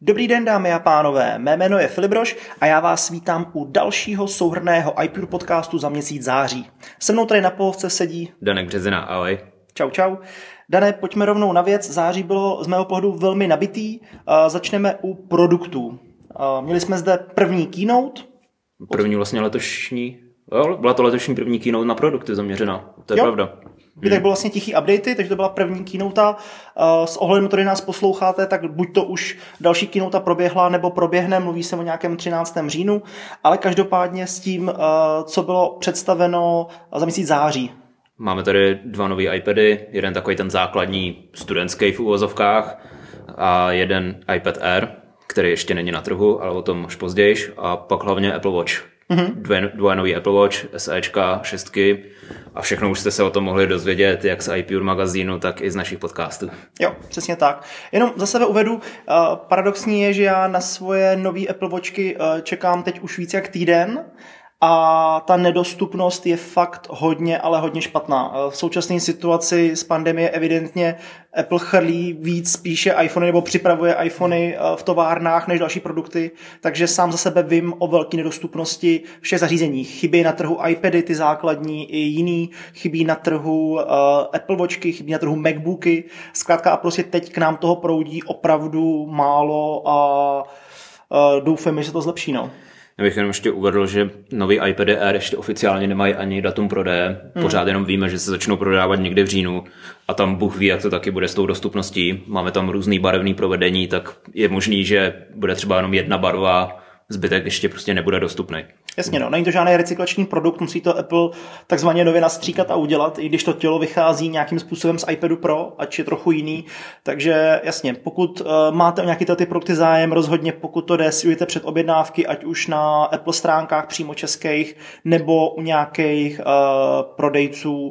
Dobrý den, dámy a pánové, mé jméno je Filip Brož a já vás vítám u dalšího souhrnného iPure podcastu za měsíc září. Se mnou tady na pohovce sedí Danek Březina, ahoj. Čau, čau. Dané, pojďme rovnou na věc. Září bylo z mého pohledu velmi nabitý. Začneme u produktů. Měli jsme zde první keynote. První vlastně letošní. Jo, byla to letošní první keynote na produkty zaměřená. To je pravda. Tak bylo vlastně tichý updaty, takže to byla první keynote. S ohledem na to, kdy nás posloucháte, tak buď to už další keynote proběhla, nebo proběhne, mluví se o nějakém 13. říjnu, ale každopádně s tím, co bylo představeno za měsíc září. Máme tady dva nový iPady, jeden takový ten základní studentský v uvozovkách a jeden iPad Air, který ještě není na trhu, ale o tom už později, a pak hlavně Apple Watch. Dva nový Apple Watch, SEčka, 6 a všechno už jste se o tom mohli dozvědět jak z iPure magazínu, tak i z našich podcastů. Jo, přesně tak. Jenom za sebe uvedu, paradoxní je, že já na svoje nový Apple Watchky čekám teď už víc jak týden a ta nedostupnost je fakt hodně, ale hodně špatná. V současné situaci z pandemie evidentně Apple chrlí víc spíše iPhony nebo připravuje iPhony v továrnách než další produkty, takže sám za sebe vím o velké nedostupnosti všech zařízení. Chybí na trhu iPady, ty základní i jiný, chybí na trhu Apple Watchky, chybí na trhu MacBooky. Zkrátka a prostě teď k nám toho proudí opravdu málo a doufám, že se to zlepší. No. Já bych jenom ještě uvedl, že nový iPady Air ještě oficiálně nemají ani datum prodeje. Pořád jenom víme, že se začnou prodávat někde v říjnu a tam Bůh ví, jak to taky bude s tou dostupností. Máme tam různý barevný provedení, tak je možný, že bude třeba jenom jedna barva, zbytek ještě prostě nebude dostupný. Jasně, no, není to žádný recyklační produkt, musí to Apple takzvaně nově nastříkat a udělat, i když to tělo vychází nějakým způsobem z iPadu Pro, ač je trochu jiný. Takže jasně, pokud máte o nějaké ty produkty zájem, rozhodně pokud to jde, si ujděte před objednávky, ať už na Apple stránkách přímo českých, nebo u nějakých prodejců,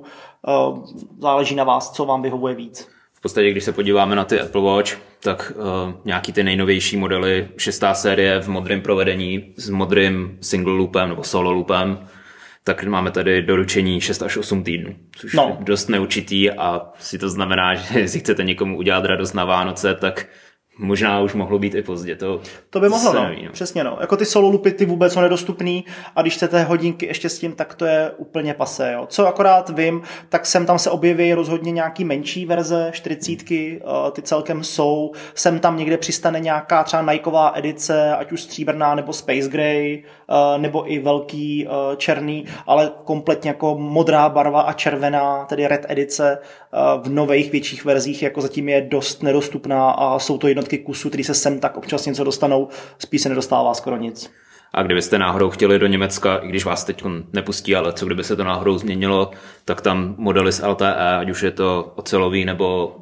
záleží na vás, co vám vyhovuje víc. V podstatě, když se podíváme na ty Apple Watch, tak nějaký ty nejnovější modely, 6. série v modrém provedení s modrým single loopem nebo solo loopem, tak máme tady doručení 6 až 8 týdnů, což je dost neurčitý a si to znamená, že jestli chcete někomu udělat radost na Vánoce, tak možná už mohlo být i pozdě. To by mohlo, neví, přesně. No. Jako ty solo loopy, ty vůbec jsou nedostupný a když chcete hodinky ještě s tím, tak to je úplně pasé. Jo. Co akorát vím, tak sem tam se objeví rozhodně nějaký menší verze, 40, ty celkem jsou. Sem tam někde přistane nějaká třeba Nikeová edice, ať už stříbrná nebo Space Gray, nebo i velký černý, ale kompletně jako modrá barva a červená, tedy red edice v nových větších verzích, jako zatím je dost nedostupná a jsou to jednotky kusů, který se sem tak občas něco dostanou, spíš se nedostává skoro nic. A kdybyste náhodou chtěli do Německa, i když vás teď nepustí, ale co kdyby se to náhodou změnilo, tak tam modely z LTE, ať už je to ocelový nebo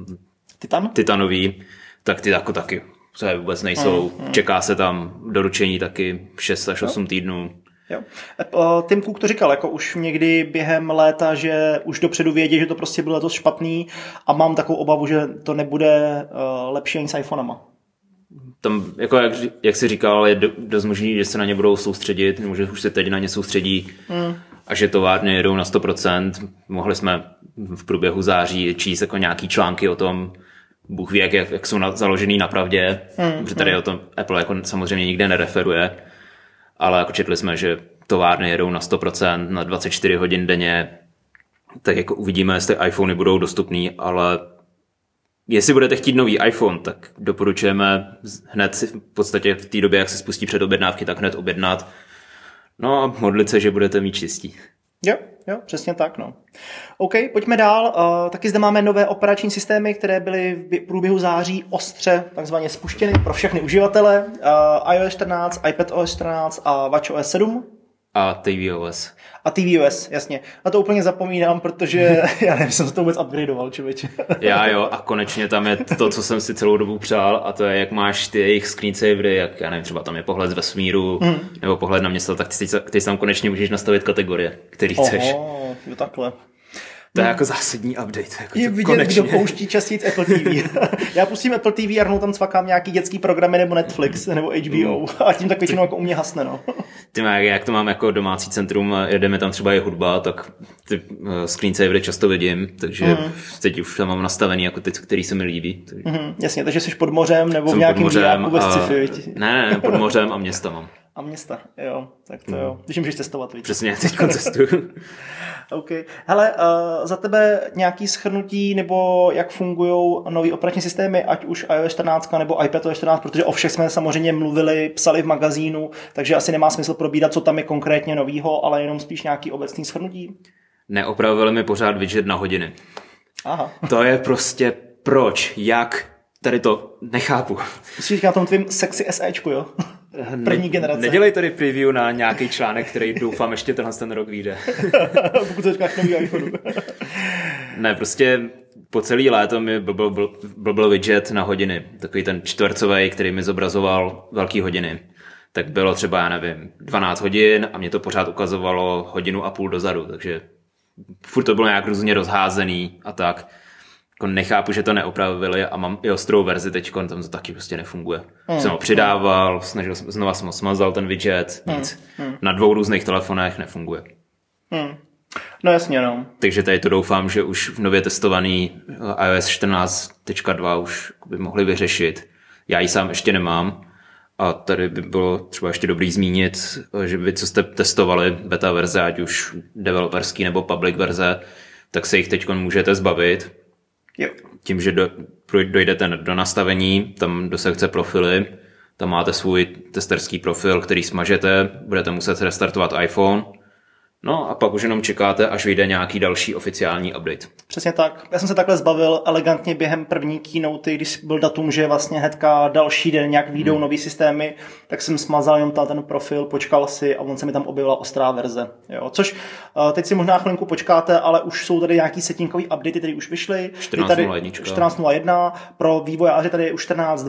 titanový, tak ty jako taky vůbec nejsou. Čeká se tam doručení taky 6 až 8 týdnů. Jo. Tim Cook to říkal, jako už někdy během léta, že už dopředu vědí, že to prostě bylo letos špatný a mám takovou obavu, že to nebude lepší ani s iPhonama. Tam, jako jak jsi říkal, je dost možný, že se na ně budou soustředit, nebo že už se teď na ně soustředí a že továrny jedou na 100%. Mohli jsme v průběhu září číst jako nějaký články o tom, Bůh ví, jak jsou založený na pravdě, protože tady o tom Apple jako samozřejmě nikde nereferuje, ale jako četli jsme, že továrny jedou na 100%, na 24 hodin denně, tak jako uvidíme, jestli iPhony budou dostupný, ale jestli budete chtít nový iPhone, tak doporučujeme hned v podstatě v té době, jak se spustí předobjednávky, tak hned objednat. No a modlit se, že budete mít čistí. Jo, přesně tak, no. OK, pojďme dál. Taky zde máme nové operační systémy, které byly v průběhu září ostře takzvaně spuštěny pro všechny uživatele. iOS 14, iPadOS 14 a watchOS 7. A tvOS. A tvOS, jasně. Na to úplně zapomínám, protože já nevím, jsem se to vůbec upgradeoval, člověče. Já jo, a konečně tam je to, co jsem si celou dobu přál, a to je, jak máš ty jejich screensavery, jak, já nevím, třeba tam je pohled z vesmíru, nebo pohled na město, tak ty tam konečně můžeš nastavit kategorie, který chceš. Jo, takhle. To je jako zásadní update. Jako je vidět, konečně. Kdo pouští častěji Apple TV. Já pustím Apple TV a rovnou tam cvakám nějaký dětský programy nebo Netflix nebo HBO a tím tak většinou jako u mě hasne. No. Jak to mám jako domácí centrum a jedeme tam třeba i hudba, tak ty screensavery často vidím, takže teď už tam mám nastavený jako ty, který se mi líbí. Jasně, takže jsi pod mořem nebo v nějakém diáku bez sci-fi. Ne, pod mořem a města mám. A města, jo, tak to jo. Když můžeš testovat, víc. Přesně, teď cestuju. OK. Hele, za tebe nějaký shrnutí nebo jak fungují nový operační systémy, ať už iOS 14 nebo iPadOS 14, protože o všech jsme samozřejmě mluvili, psali v magazínu, takže asi nemá smysl probírat, co tam je konkrétně novýho, ale jenom spíš nějaký obecný shrnutí. Neopravili mi pořád widget na hodiny. Aha. To je prostě proč, jak, tady to nechápu. Musíš říkat na tom tvým sexy SEčku, jo? První generace. Nedělej tady preview na nějaký článek, který doufám ještě ten rok vyjde. Pokud to říkáš nový iPhone. Ne, prostě po celý léto mi byl widget na hodiny. Takový ten čtvercový, který mi zobrazoval velký hodiny. Tak bylo třeba, já nevím, 12 hodin a mě to pořád ukazovalo hodinu a půl dozadu. Takže furt to bylo nějak různě rozházený a tak. Nechápu, že to neopravili a mám i ostrou verzi teď, tam to taky prostě nefunguje. Jsem ho přidával, znova jsem ho smazal ten widget, nic. Na 2 různých telefonech nefunguje. No jasně, no. Takže tady to doufám, že už v nově testovaný iOS 14.2 už by mohli vyřešit. Já ji sám ještě nemám a tady by bylo třeba ještě dobrý zmínit, že vy, co jste testovali beta verze, ať už developerský nebo public verze, tak se jich teď můžete zbavit. Jo. Tím, že dojdete do nastavení, tam do sekce profily, tam máte svůj testerský profil, který smažete, budete muset restartovat iPhone, no a pak už jenom čekáte, až vyjde nějaký další oficiální update. Přesně tak. Já jsem se takhle zbavil elegantně během první keynote, když byl datum, že vlastně hnedka další den nějak vyjdou nový systémy, tak jsem smazal jenom ten profil, počkal si a on se mi tam objevila ostrá verze. Jo. Což teď si možná chvilinku počkáte, ale už jsou tady nějaký settingový updaty, které už vyšly. 14.01. Pro vývojáře tady je už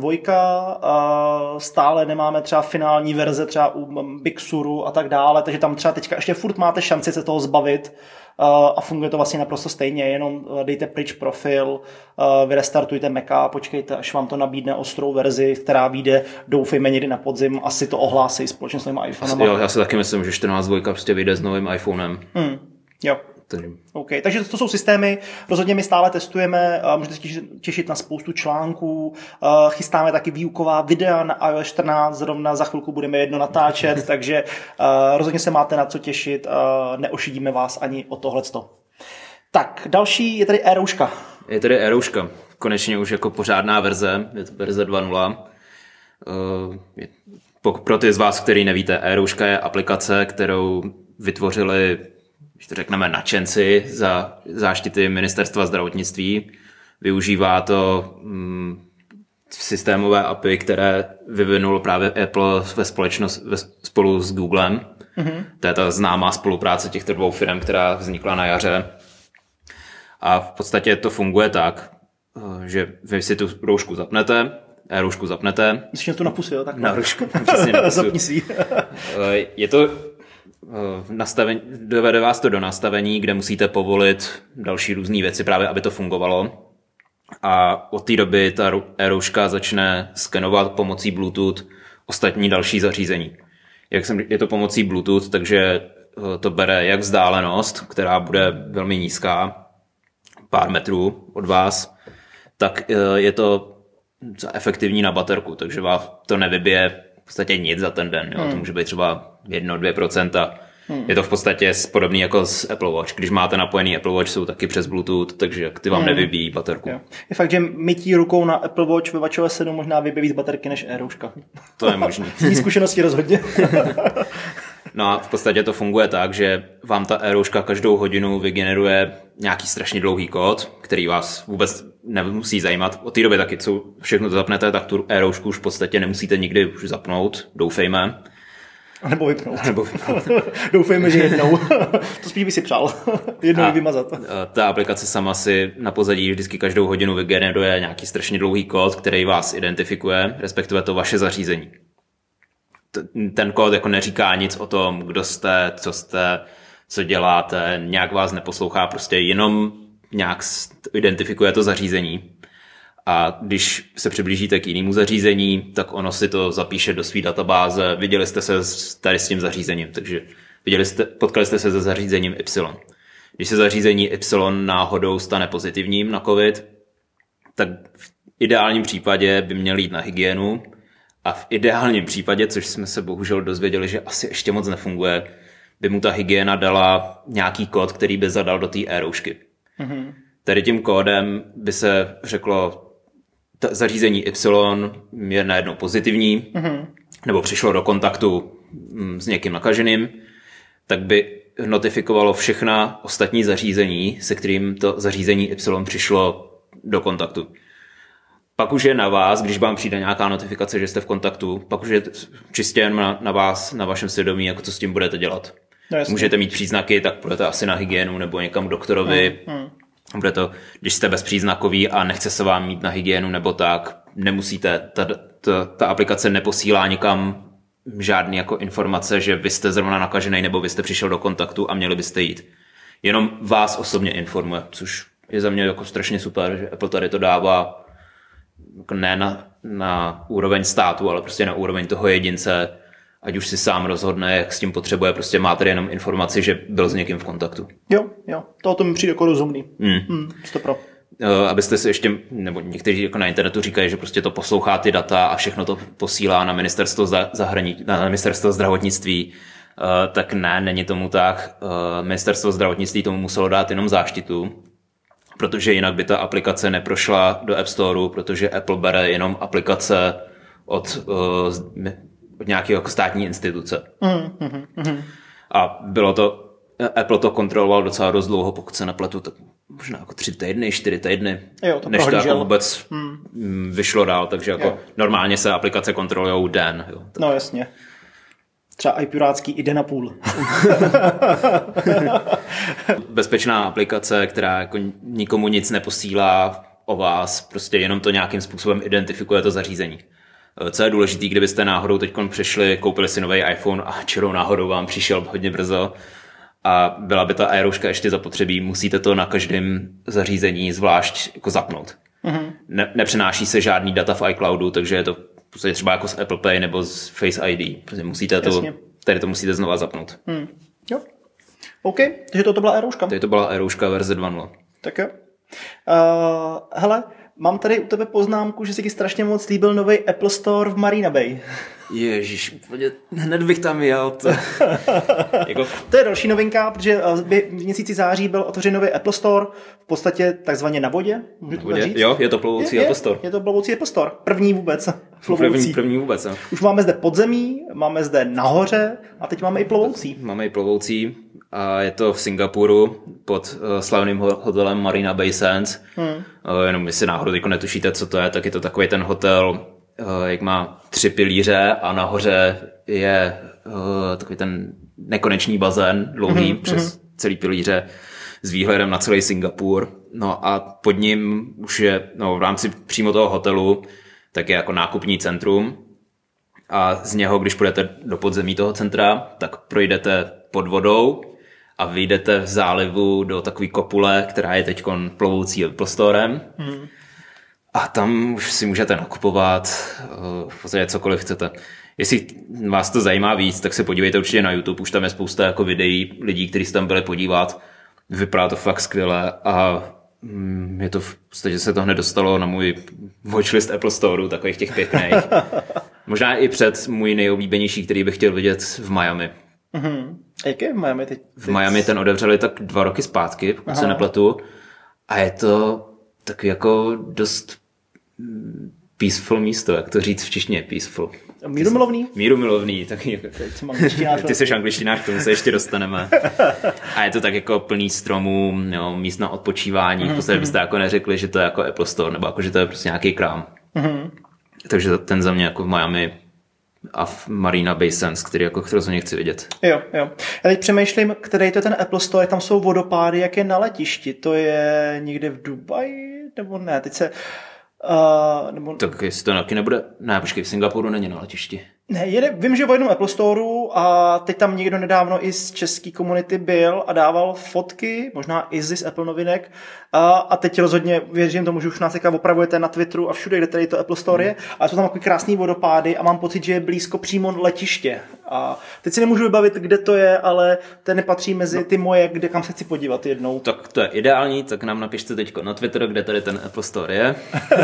14.2. Stále nemáme třeba finální verze třeba u Big Suru a tak dále, takže tam třeba teďka ještě furt máte šanci se toho zbavit a funguje to vlastně naprosto stejně, jenom dejte pryč profil, vyrestartujte Maca, počkejte, až vám to nabídne ostrou verzi, která vyjde, doufejme někdy na podzim, asi to ohlásí společně s novým iPhonem. Jo, já si taky myslím, že 14.2 prostě vyjde s novým iPhonem. Jo. Okay. Takže to jsou systémy, rozhodně my stále testujeme, můžete se těšit na spoustu článků, chystáme taky výuková videa na iOS 14, zrovna za chvilku budeme jedno natáčet, takže rozhodně se máte na co těšit, neošidíme vás ani o tohleto. Tak, další je tady e-rouška. Je tady e-rouška, konečně už jako pořádná verze, je to verze 2.0. Pro ty z vás, který nevíte, e-rouška je aplikace, kterou vytvořili, když to řekneme, nadšenci za záštity ministerstva zdravotnictví. Využívá to systémové API, které vyvinul právě Apple spolu s Googlem. To je ta známá spolupráce těchto 2 firm, která vznikla na jaře. A v podstatě to funguje tak, že vy si tu roušku zapnete, roušku zapnete. Myslíš to na pusy, jo? Tak na roušku, přesně na pusu. Zapni si. Je to dovede vás to do nastavení, kde musíte povolit další různé věci právě, aby to fungovalo. A od té doby ta e-rouška začne skenovat pomocí Bluetooth ostatní další zařízení. Je to pomocí Bluetooth, takže to bere jak vzdálenost, která bude velmi nízká, pár metrů od vás, tak je to efektivní na baterku, takže vás to nevybije v podstatě nic za ten den. Jo? To může být třeba 1-2%. Je to v podstatě podobný jako s Apple Watch. Když máte napojený Apple Watch, jsou taky přes Bluetooth, takže ty vám nevybíjí baterku. Jo. Je fakt, že mytí rukou na Apple Watch ve WatchOS 7 možná vybije víc baterky než e-rouška. To je možný. Z zkušenosti rozhodně. No a v podstatě to funguje tak, že vám ta e-rouška každou hodinu vygeneruje nějaký strašně dlouhý kód, který vás vůbec nemusí zajímat. Od té doby taky, co všechno to zapnete, tak tu e-roušku už v podstatě nemusíte nikdy už zapnout, doufejme. Nebo vypnout. Doufejme, že jednou. To spíš by si přál. Jednou vymazat. Ta aplikace sama si na pozadí vždycky každou hodinu vygeneruje nějaký strašně dlouhý kód, který vás identifikuje, respektive to vaše zařízení. Ten kód jako neříká nic o tom, kdo jste, co jste, co děláte, nějak vás neposlouchá, prostě jenom nějak identifikuje to zařízení. A když se přiblížíte k jinému zařízení, tak ono si to zapíše do své databáze. Viděli jste se tady s tím zařízením, takže potkali jste se se zařízením Y. Když se zařízení Y náhodou stane pozitivním na COVID, tak v ideálním případě by měl jít na hygienu a v ideálním případě, což jsme se bohužel dozvěděli, že asi ještě moc nefunguje, by mu ta hygiena dala nějaký kód, který by zadal do té e-roušky. Mm-hmm. Tady tím kódem by se řeklo, zařízení Y je najednou pozitivní, nebo přišlo do kontaktu s někým nakaženým, tak by notifikovalo všechna ostatní zařízení, se kterým to zařízení Y přišlo do kontaktu. Pak už je na vás, když vám přijde nějaká notifikace, že jste v kontaktu, pak už je čistě jen na vás, na vašem svědomí, jako co s tím budete dělat. No, můžete mít příznaky, tak půjdete asi na hygienu nebo někam k doktorovi. Bude to, když jste bezpříznakový a nechce se vám mít na hygienu nebo tak, nemusíte, ta aplikace neposílá nikam žádný jako informace, že vy jste zrovna nakažený nebo vy jste přišel do kontaktu a měli byste jít. Jenom vás osobně informuje, což je za mě jako strašně super, že Apple tady to dává jako ne na úroveň státu, ale prostě na úroveň toho jedince, ať už si sám rozhodne, jak s tím potřebuje, prostě má tady jenom informaci, že byl s někým v kontaktu. Jo, to mi přijde jako rozumný. Pro. Abyste si ještě, nebo někteří jako na internetu říkají, že prostě to poslouchá ty data a všechno to posílá na ministerstvo zdravotnictví, tak ne, není tomu tak. Ministerstvo zdravotnictví tomu muselo dát jenom záštitu, protože jinak by ta aplikace neprošla do App Storeu, protože Apple bere jenom aplikace od nějaké jako státní instituce. A bylo to, Apple to kontroloval docela dost dlouho, pokud se nepletu, tak možná jako 3 týdny, 4 týdny, než to jako vůbec vyšlo dál, takže jako normálně se aplikace kontrolujou den. Jo, no jasně. Třeba i pirátský i den a půl. Bezpečná aplikace, která jako nikomu nic neposílá o vás, prostě jenom to nějakým způsobem identifikuje to zařízení. Co je důležité, kdybyste náhodou teď přišli, koupili si nový iPhone a čirou náhodou vám přišel hodně brzo a byla by ta e-rouška ještě zapotřebí, musíte to na každém zařízení zvlášť jako zapnout. Nepřenáší se žádný data v iCloudu, takže je to třeba jako z Apple Pay nebo z Face ID. Prostě musíte tady to musíte znova zapnout. Jo. OK, takže to byla e-rouška. To byla e-rouška verze 2.0. Tak jo. Hele, mám tady u tebe poznámku, že se ti strašně moc líbil nový Apple Store v Marina Bay. Ježíš, úplně hned bych tam jel. To je další novinka, protože v měsíci září byl otevřen nový Apple Store, v podstatě takzvaně na vodě. Jo, je to plovoucí Apple Store. Je to plovoucí Apple Store. První vůbec. První vůbec. No. Už máme zde podzemí, máme zde nahoře a teď máme i plovoucí. Máme i plovoucí a je to v Singapuru pod slavným hotelem Marina Bay Sands. Jenom jestli náhodou teď netušíte, co to je, tak je to takový ten hotel, jak má 3 pilíře a nahoře je takový ten nekonečný bazén dlouhý přes celý pilíře s výhledem na celý Singapur. No a pod ním už je, v rámci přímo toho hotelu, tak je jako nákupní centrum a z něho, když půjdete do podzemí toho centra, tak projdete pod vodou a vyjdete v zálivu do takové kopule, která je teď plovoucí Apple Storem. A tam už si můžete nakupovat v podstatě cokoliv chcete. Jestli vás to zajímá víc, tak se podívejte určitě na YouTube, už tam je spousta jako videí lidí, kteří se tam byli podívat. Vypadá to fakt skvěle a je to v podstatě se to hned dostalo na můj watchlist Apple Storeu, takových těch pěkných. Možná i před můj nejoblíbenější, který bych chtěl vidět v Miami. A jaký je v Miami teď? V Miami ten otevřeli tak 2 roky zpátky, pokud se nepletu. A je to takový jako dost peaceful místo, jak to říct v češtině, peaceful. Mírumilovný? Mírumilovný, taky ty jsi angličtinář, k tomu se ještě dostaneme. A je to tak jako plný stromů, míst na odpočívání, v podstatě byste jako neřekli, že to je jako Apple Store, nebo jako, že to je prostě nějaký krám. Takže ten za mě jako v Miami a v Marina Bay Sands, který jako rozhodně chci vidět. Jo. Já teď přemýšlím, který to je ten Apple Store, tam jsou vodopády, jak je na letišti. To je někde v Dubaji, nebo ne? Teď se... Tak jestli to taky nebude... Ne, počkej, v Singapuru není na letišti. Ne, vím, že o jednom Apple Storeu a teď tam někdo nedávno i z české komunity byl a dával fotky, možná i z Apple novinek a teď rozhodně věřím tomu, že už nás opravujete na Twitteru a všude, kde tady to Apple Store je, ale jsou tam takový krásný vodopády a mám pocit, že je blízko přímo letiště. A teď si nemůžu vybavit, kde to je, ale to nepatří mezi ty moje, kam se chci podívat jednou. Tak to je ideální, tak nám napište teď na Twitter, kde tady ten Apple Store je.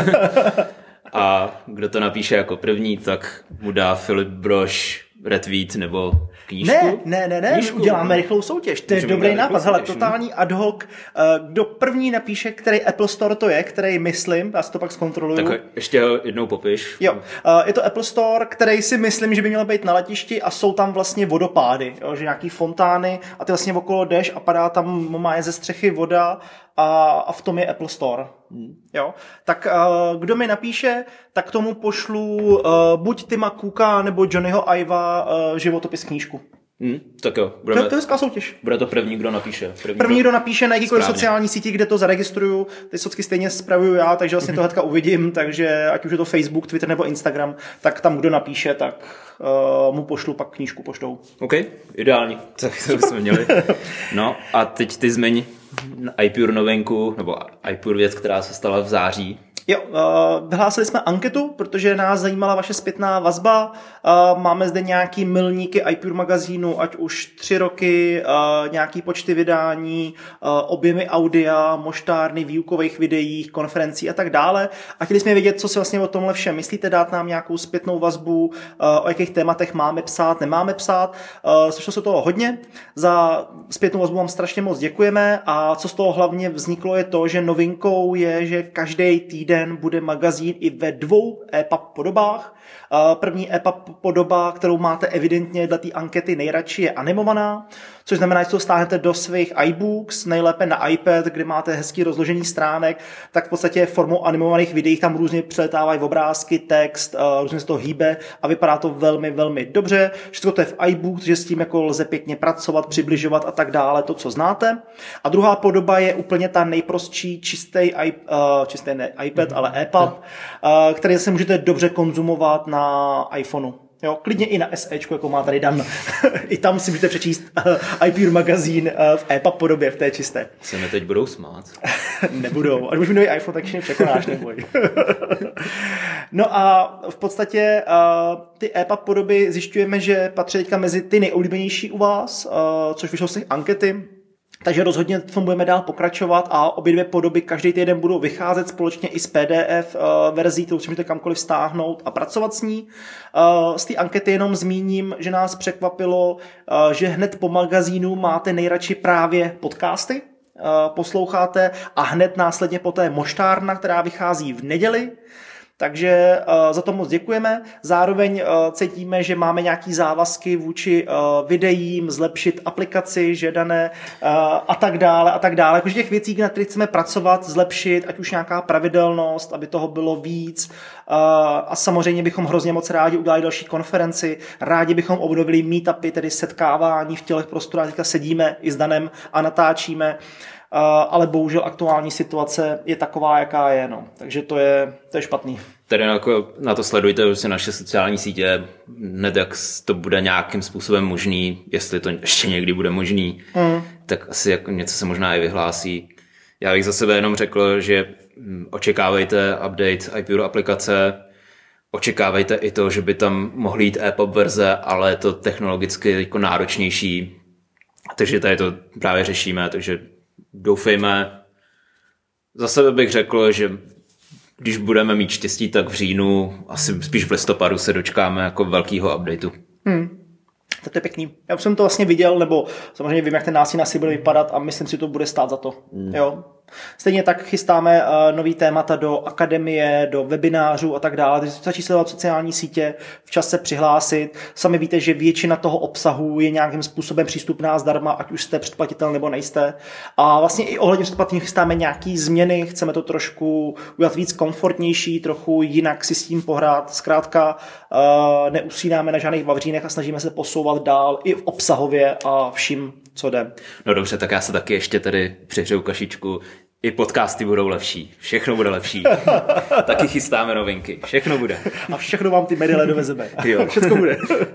A kdo to napíše jako první, tak mu dá Filip Brož retweet nebo knížku. Ne, knížku. Uděláme rychlou soutěž. To je dobrý nápad. Hele, totální ad hoc. Kdo první napíše, který Apple Store to je, který myslím, já si to pak zkontroluju. Tak ještě jednou popiš. Jo, je to Apple Store, který si myslím, že by měl být na letišti a jsou tam vlastně vodopády, jo, že nějaký fontány a ty vlastně okolo jdeš a padá tam má ze střechy voda a v tom je Apple Store. Jo? Tak kdo mi napíše, tak tomu pošlu buď Tima Cooka nebo Johnnyho Iva životopis knížku. Tak jo. To je hezká soutěž. Bude to první, kdo napíše. První, kdo napíše na jakýkoliv sociální síti, kde to zaregistruju. Ty socky stejně spravuju já, takže vlastně to hnedka uvidím, takže ať už je to Facebook, Twitter nebo Instagram, tak tam kdo napíše, tak mu pošlu pak knížku poštou. OK, ideální. Tak to jsme měli. No a teď ty zmiň iPure novinku, nebo iPure věc, která se stala v září. Jo, vyhlásili jsme anketu, protože nás zajímala vaše zpětná vazba. Máme zde nějaký milníky iPure magazínu, ať už 3 roky, nějaký počty vydání, objemy audia, moštárny, výukových videích, konferencí a tak dále. A chtěli jsme vědět, co si vlastně o tomhle všem myslíte, dát nám nějakou zpětnou vazbu, o jakých tématech máme psát, nemáme psát. Slyšelo se toho hodně. Za zpětnou vazbu vám strašně moc děkujeme a co z toho hlavně vzniklo je to, že novinkou je, že každý týden bude magazín i ve 2 EPUB podobách. První EPUB podoba, kterou máte evidentně dle té ankety nejradši, je animovaná, což znamená, že to stáhnete do svých iBooks, nejlépe na iPad, kde máte hezký rozložení stránek, tak v podstatě formou animovaných videí tam různě přeletávají obrázky, text, různě se to hýbe a vypadá to velmi, velmi dobře. Všechno to je v iBook, že s tím jako lze pěkně pracovat, přibližovat a tak dále, to, co znáte. A druhá podoba je úplně ta nejprostší, čistý iPad, ale EPUB, který se můžete dobře konzumovat na iPhoneu. Jo, klidně i na SEčku, jako má tady Dan. I tam si můžete přečíst iPure magazín v EPUB podobě, v té čisté. Se mi teď budou smát. Nebudou. Až budeš mít nový iPhone, tak ještě překonáš, neboj. No a v podstatě ty EPUB podoby zjišťujeme, že patří teďka mezi ty nejoblíbenější u vás, což vyšlo z těch ankety. Takže rozhodně v tom budeme dál pokračovat a obě 2 podoby každý týden budou vycházet společně i z PDF verzí, kterou si můžete kamkoliv stáhnout a pracovat s ní. Z té ankety jenom zmíním, že nás překvapilo, že hned po magazínu máte nejradši právě podcasty, posloucháte a hned následně poté moštárna, která vychází v neděli. Takže za to moc děkujeme. Zároveň cítíme, že máme nějaký závazky vůči videím, zlepšit aplikaci, žádané a tak dále a tak dále. Jakože těch věcí, na kterých chceme pracovat, zlepšit, ať už nějaká pravidelnost, aby toho bylo víc. A samozřejmě bychom hrozně moc rádi udělali další konferenci. Rádi bychom obnovili meetupy, tedy setkávání v těchto prostorách. Teďka sedíme i s Danem a natáčíme. Ale bohužel aktuální situace je taková, jaká je. No. Takže to je špatný. Tedy na to sledujte vlastně naše sociální sítě, hned jak to bude nějakým způsobem možný, jestli to ještě někdy bude možný, tak asi jako něco se možná i vyhlásí. Já bych za sebe jenom řekl, že očekávejte update iPure aplikace, očekávejte i to, že by tam mohly jít EPUB verze, ale je to technologicky jako náročnější. Takže tady to právě řešíme, takže doufejme. Za sebe bych řekl, že když budeme mít štěstí, tak v říjnu, asi spíš v listopadu se dočkáme jako velkýho updateu. To je pěkný. Já už jsem to vlastně viděl, nebo samozřejmě vím, jak ten nástin asi bude vypadat a myslím si, to bude stát za to. Jo. Stejně tak chystáme nový témata do akademie, do webinářů a tak dále. Takže stačí sledovat sociální sítě, včas se přihlásit. Sami víte, že většina toho obsahu je nějakým způsobem přístupná zdarma, ať už jste předplatitel nebo nejste. A vlastně i ohledně předplatných chystáme nějaký změny, chceme to trošku udělat víc komfortnější, trochu jinak si s tím pohrát. Zkrátka neusínáme na žádných vavřínech a snažíme se posouvat dál i v obsahově a vším, co jde. No dobře, tak já se taky ještě tady přihřeju kašičku. I podcasty budou lepší. Všechno bude lepší. Taky chystáme novinky. Všechno bude. A všechno vám ty medaile dovezeme. Všechno bude.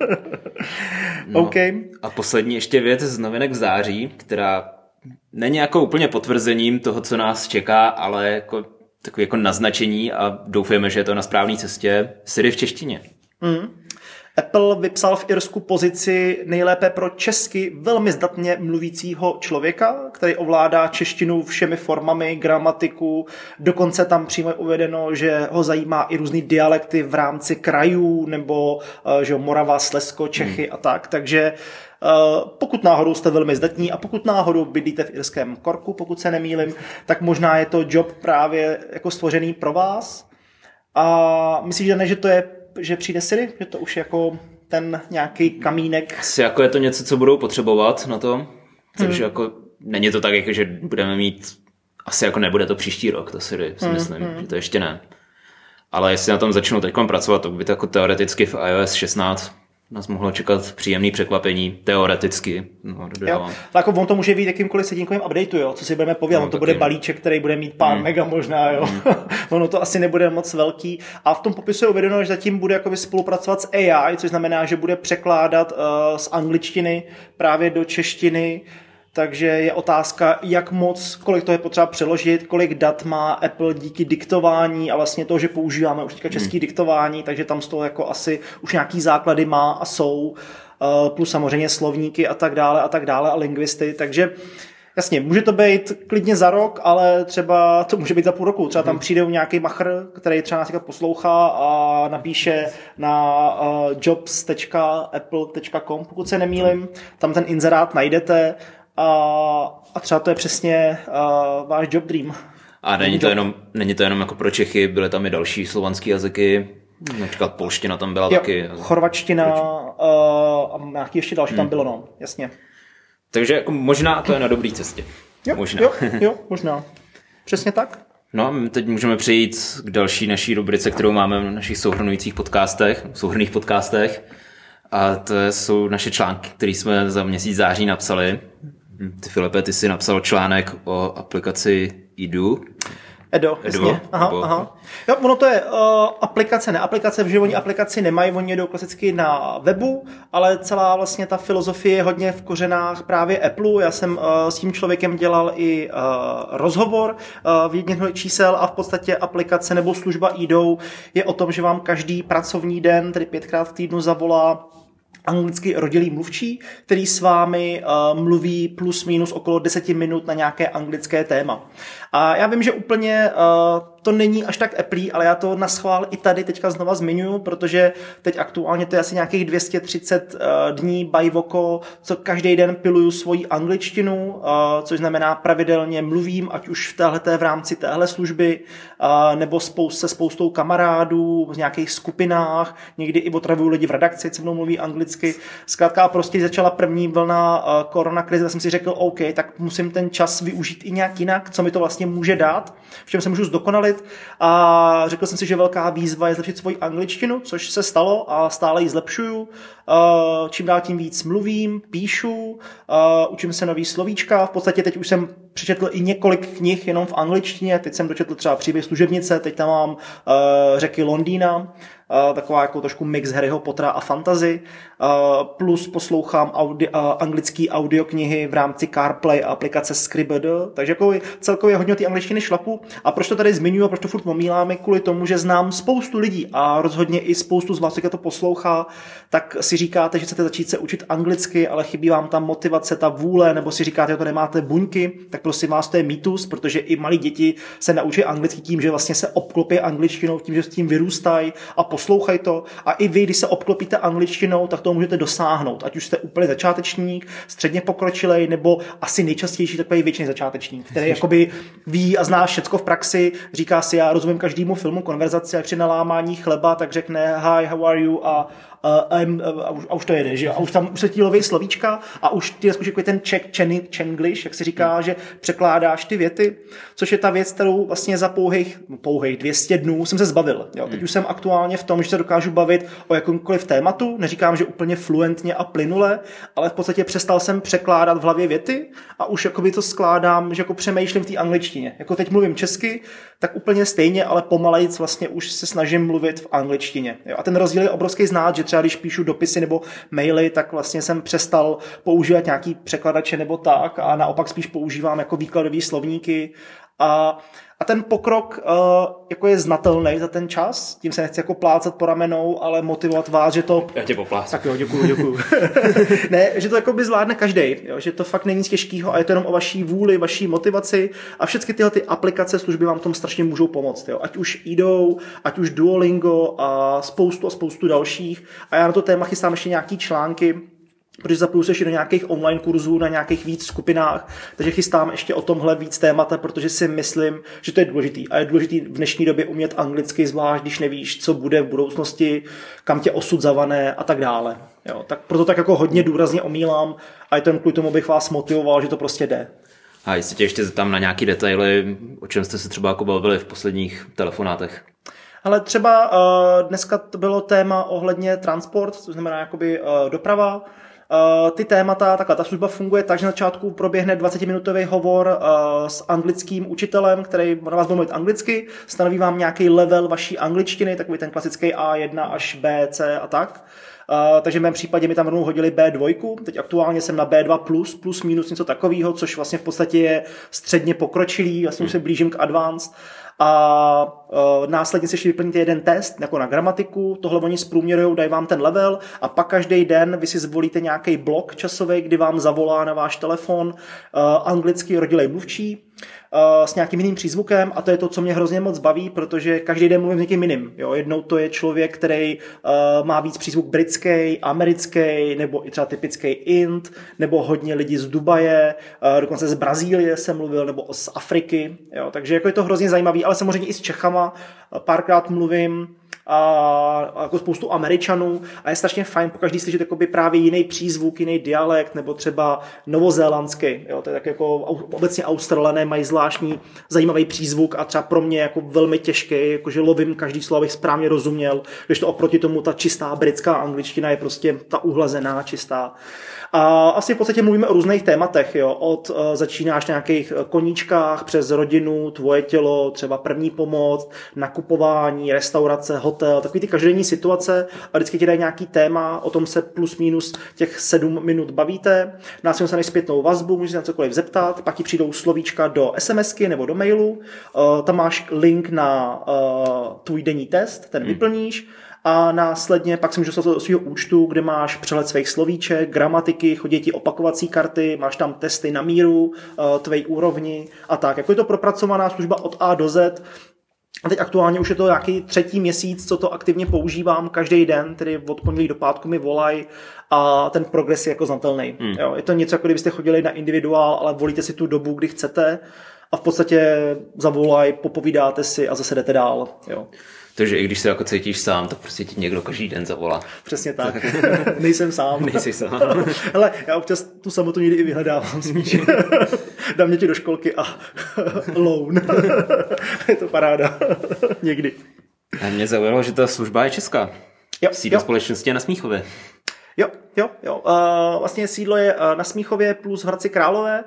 No, okay. A poslední ještě věc z novinek v září, která není jako úplně potvrzením toho, co nás čeká, ale jako takový jako naznačení a doufujeme, že je to na správné cestě. Siri v češtině. Apple vypsal v Irsku pozici nejlépe pro česky velmi zdatně mluvícího člověka, který ovládá češtinu všemi formami, gramatiku, dokonce tam přímo je uvedeno, že ho zajímá i různý dialekty v rámci krajů, nebo že Morava, Slezsko, Čechy a tak, takže pokud náhodou jste velmi zdatní a pokud náhodou bydlíte v irském Corku, pokud se nemýlim, tak možná je to job právě jako stvořený pro vás. A myslíš, že ne, že to je, že přijde Siri? Že to už jako ten nějaký kamínek? Asi jako je to něco, co budou potřebovat na to. Takže jako není to tak, jako, že budeme mít, asi jako nebude to příští rok, to Siri, si myslím, že to ještě ne. Ale jestli na tom začnou teď pracovat, tak by to jako teoreticky v iOS 16 nás mohlo čekat příjemný překvapení, teoreticky. No, tak on to může být jakýmkoliv setínkovým updateu, jo, co si budeme povědět, no, to bude balíček, který bude mít pár mega možná, jo. Ono to asi nebude moc velký. A v tom popisu je uvedeno, že zatím bude jakoby spolupracovat s AI, což znamená, že bude překládat z angličtiny právě do češtiny. Takže je otázka, jak moc, kolik to je potřeba přeložit, kolik dat má Apple díky diktování a vlastně to, že používáme už teďka český diktování, takže tam z toho jako asi už nějaký základy má a jsou, plus samozřejmě slovníky a tak dále a lingvisty, takže jasně, může to být klidně za rok, ale třeba to může být za půl roku. Třeba tam přijde nějaký machr, který třeba nás poslouchá a napíše na jobs.apple.com, pokud se nemýlim, tam ten inzerát najdete. A třeba to je přesně váš job dream. A není to jenom jako pro Čechy, byly tam i další slovanský jazyky, například polština tam byla taky. Chorvačtina a nějaký ještě další tam bylo, no, jasně. Takže jako možná to je na dobré cestě. Jo, možná. Přesně tak. No a my teď můžeme přejít k další naší rubrice, kterou máme v našich souhrnných podcastech. A to jsou naše články, které jsme za měsíc září napsali. Ty, Filipe, ty jsi napsal článek o aplikaci Edo, jasně. Aha. Jo, ono to je aplikace v životní aplikaci nemají, oni jedou klasicky na webu, ale celá vlastně ta filozofie je hodně v kořenách právě Apple. Já jsem s tím člověkem dělal i rozhovor v jedných čísel a v podstatě aplikace nebo služba Edo je o tom, že vám každý pracovní den, tedy 5krát v týdnu zavolá anglicky rodilý mluvčí, který s vámi mluví plus minus okolo 10 minut na nějaké anglické téma. A já vím, že úplně to není až tak Apple, ale já to naschvál i tady teďka znova zmiňuji, protože teď aktuálně to je asi nějakých 230 dní bajvoko, co každý den piluju svoji angličtinu, což znamená pravidelně mluvím, ať už v rámci téhle služby, nebo se spoustou kamarádů v nějakých skupinách, někdy i otravuju lidi v redakci, co mnou mluví anglicky. Zkrátka prostě začala první vlna koronakrize, tak jsem si řekl, OK, tak musím ten čas využít i nějak jinak, co mi to vlastně může dát, v čem se můžu zdokonalit. A řekl jsem si, že velká výzva je zlepšit svoji angličtinu, což se stalo a stále ji zlepšuju. Čím dál tím víc mluvím, píšu, učím se nový slovíčka. V podstatě teď už jsem přečetl i několik knih jenom v angličtině. Teď jsem dočetl třeba Příběh služebnice, teď tam mám Řeky Londýna, taková jako trošku mix Harryho Pottera a fantasy, plus poslouchám anglické audioknihy v rámci CarPlay a aplikace Scribd, takže jako celkově hodně ty angličtiny šlapu. A proč to tady zmiňuji a proč to furt omíláme? Kvůli tomu, že znám spoustu lidí a rozhodně i spoustu z vás, kdo to poslouchá, tak si říkáte, že chcete začít se učit anglicky, ale chybí vám tam motivace, ta vůle, nebo si říkáte, že to nemáte buňky, tak prosím vás, to je mýtus, protože i malí děti se naučí anglicky tím, že vlastně se obklopí angličtinou, tím, že s tím vyrůstají a poslouchají to. A i vy, když se obklopíte angličtinou, tak to můžete dosáhnout. Ať už jste úplně začátečník, středně pokročilej, nebo asi nejčastější takový většiný začátečník, který jakoby ví a zná všecko v praxi, říká si, já rozumím každému filmu konverzaci a při nalámání chleba, tak řekne hi, how are you a a už to jede, že jo? A už tam se ti loví slovíčka a už ty zkoušíš jako ten Chenglish, jak se říká, že překládáš ty věty, což je ta věc, kterou vlastně za pouhých 200 dnů jsem se zbavil. Jo? Teď už jsem aktuálně v tom, že se dokážu bavit o jakomkoliv tématu, neříkám, že úplně fluentně a plynule, ale v podstatě přestal jsem překládat v hlavě věty a už jakoby to skládám, že jako přemýšlím v té angličtině. Jako teď mluvím česky, tak úplně stejně, ale pomalejc vlastně už se snažím mluvit v angličtině. Jo? A ten rozdíl je obrovský znát, že třeba když píšu dopisy nebo maily, tak vlastně jsem přestal používat nějaký překladače nebo tak a naopak spíš používám jako výkladový slovníky a ten pokrok jako je znatelný za ten čas, tím se nechci jako plácat po ramenou, ale motivovat vás, že to... Já tě poplácám. Tak jo, děkuju. Ne, že to jako by zvládne každej, jo, že to fakt není nic těžkého a je to jenom o vaší vůli, vaší motivaci a všechny tyhle ty aplikace, služby vám v tom strašně můžou pomoct. Jo. Ať už Edo, ať už Duolingo a spoustu dalších. A já na to téma chystám ještě nějaký články, protože zapojuji se ještě do nějakých online kurzů na nějakých víc skupinách, takže chystám ještě o tomhle víc témata, protože si myslím, že to je důležitý. A je důležitý v dnešní době umět anglicky, zvlášť když nevíš, co bude v budoucnosti, kam tě osud zavane a tak dále. Jo, tak proto tak jako hodně důrazně omílám a je to jen kvůli tomu, bych vás motivoval, že to prostě jde. A jestli tě ještě zeptám na nějaký detaily, o čem jste se třeba jako bavili v posledních telefonátech? Ale třeba dneska to bylo téma ohledně transport, to znamená jakoby doprava. Ty témata, takhle ta služba funguje tak, že na začátku proběhne 20-minutový hovor s anglickým učitelem, který na vás bude mluvit anglicky, stanoví vám nějaký level vaší angličtiny, takový ten klasický A1 až B, C a tak. Takže v mém případě mi tam rovnou hodili B2, teď aktuálně jsem na B2+, plus minus něco takového, což vlastně v podstatě je středně pokročilý, vlastně už se blížím k advanced. A následně si ještě vyplníte jeden test jako na gramatiku, tohle oni zprůměrujou, dají vám ten level a pak každý den vy si zvolíte nějaký blok časový, kdy vám zavolá na váš telefon anglicky rodilej mluvčí s nějakým jiným přízvukem a to je to, co mě hrozně moc baví, protože každý den mluvím s někým jiným. Jo? Jednou to je člověk, který má víc přízvuk britský, americký, nebo i třeba typický Ind, nebo hodně lidí z Dubaje, dokonce z Brazílie jsem mluvil, nebo z Afriky. Jo? Takže jako je to hrozně zajímavý, ale samozřejmě i s Čechama párkrát mluvím a jako spoustu Američanů a je strašně fajn pokaždý slyšet jakoby právě jiný přízvuk, jiný dialekt nebo třeba novozélandský. Jo, to je tak jako obecně Australané mají zvláštní zajímavý přízvuk a třeba pro mě jako velmi těžký, jakože lovím každý slovo, abych správně rozuměl, když to oproti tomu ta čistá britská angličtina je prostě ta uhlazená, čistá. A asi v podstatě mluvíme o různých tématech, jo. Začínáš na nějakých koníčkách přes rodinu, tvoje tělo, třeba první pomoc, nakupování, restaurace, hotel, takový ty každodenní situace a vždycky ti dají nějaký téma, o tom se plus minus těch 7 minut bavíte, následně dostaneš zpětnou vazbu, můžeš se na cokoliv zeptat, pak ti přijdou slovíčka do SMSky nebo do mailu, tam máš link na tvůj denní test, ten vyplníš, a následně pak si můžeš dostat do svého účtu, kde máš přehled svých slovíček, gramatiky, chodí ti opakovací karty, máš tam testy na míru, tvé úrovni a tak. Jako je to propracovaná služba od A do Z. A teď aktuálně už je to nějaký 3. měsíc, co to aktivně používám každý den, tedy od pondělí do pátku mi volají a ten progres je jako znatelný. Jo, je to něco, jako kdybyste chodili na individuál, ale volíte si tu dobu, kdy chcete a v podstatě zavolají, popovídáte si a zase jdete dál. Jo. Takže i když se jako cítíš sám, tak prostě ti někdo každý den zavolá. Přesně tak. Nejsem sám. Nejsi sám. Hele, já občas tu samotu někdy i vyhledávám spíš. Dám děti do školky a alone. Je to paráda. Někdy. A mě zaujalo, že ta služba je česká. Jo, sídlo společnosti je na Smíchově. Jo. Vlastně sídlo je na Smíchově plus v Hradci Králové.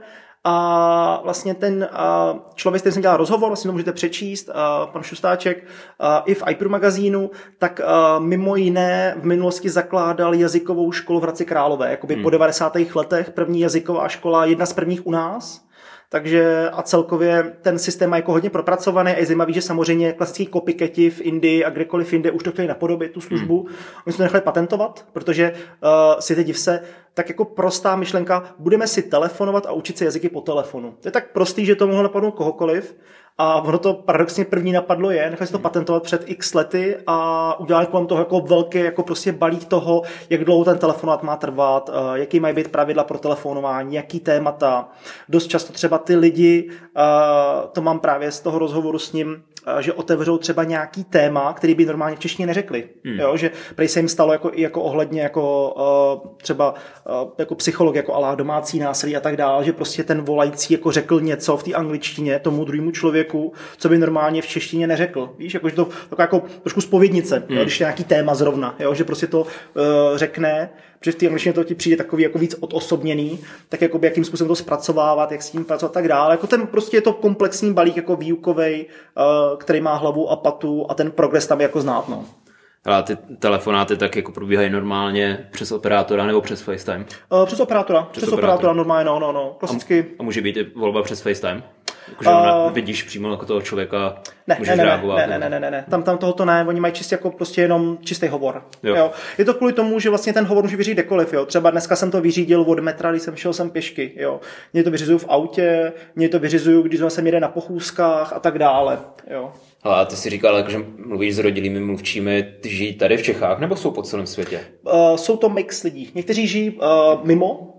A vlastně ten člověk, s kterým jsem dělal rozhovor, vlastně to můžete přečíst, pan Šustáček, i v iPro magazínu, tak mimo jiné v minulosti zakládal jazykovou školu v Hradci Králové, jakoby po 90. letech, první jazyková škola, jedna z prvních u nás. Takže a celkově ten systém má jako hodně propracovaný a je zajímavý, že samozřejmě klasický copycati v Indii a kdekoliv jinde už to chtěli napodobit, tu službu. Oni se to nechali patentovat, protože si teď div se, tak jako prostá myšlenka, budeme si telefonovat a učit se jazyky po telefonu. To je tak prostý, že to mohlo napadnout kohokoliv, A ono to paradoxně první napadlo nechali se to patentovat před x lety a udělali kolem toho jako velký jako prostě balík toho, jak dlouho ten telefonát má trvat, jaký mají být pravidla pro telefonování, jaký témata. Dost často třeba ty lidi, to mám právě z toho rozhovoru s ním, že otevřou třeba nějaký téma, který by normálně v češtině neřekli. Jo, že prej se jim stalo jako ohledně jako třeba jako psycholog, jako alá domácí násilí a tak dále, že prostě ten volající jako řekl něco v té angličtině tomu druhému člověku, co by normálně v češtině neřekl. Víš, jakože to jako trošku zpovědnice, jo, když je nějaký téma zrovna, jo, že prostě to řekne, protože v té angličtině to ti přijde takový jako víc odosobněný, tak jakoby jakým způsobem to zpracovávat, jak s tím pracovat a tak dále. Jako ten prostě je to komplexní balík jako výukovej, který má hlavu a patu a ten progres tam je jako znát, no. A ty telefonáty tak jako probíhají normálně přes operátora nebo přes FaceTime? Přes operátora normálně, no. Klasicky. A může být i volba přes FaceTime? Jakože vidíš přímo jako toho člověka, můžeš reagovat? Ne. Tam tohoto ne, oni mají čistě jako prostě jenom čistý hovor. Jo. Je to kvůli tomu, že vlastně ten hovor může vyřídit kdekoliv, jo. Třeba dneska jsem to vyřídil od metra, když šel jsem pěšky, jo. Mě to vyřizuju v autě, mě to vyřizuju, když jsem jede na pochůzkách a tak dále, jo. A ty jsi říkal, že mluvíš s rodilými mluvčími, ty žijí tady v Čechách nebo jsou po celém světě? Jsou to mix lidí. Někteří žijí mimo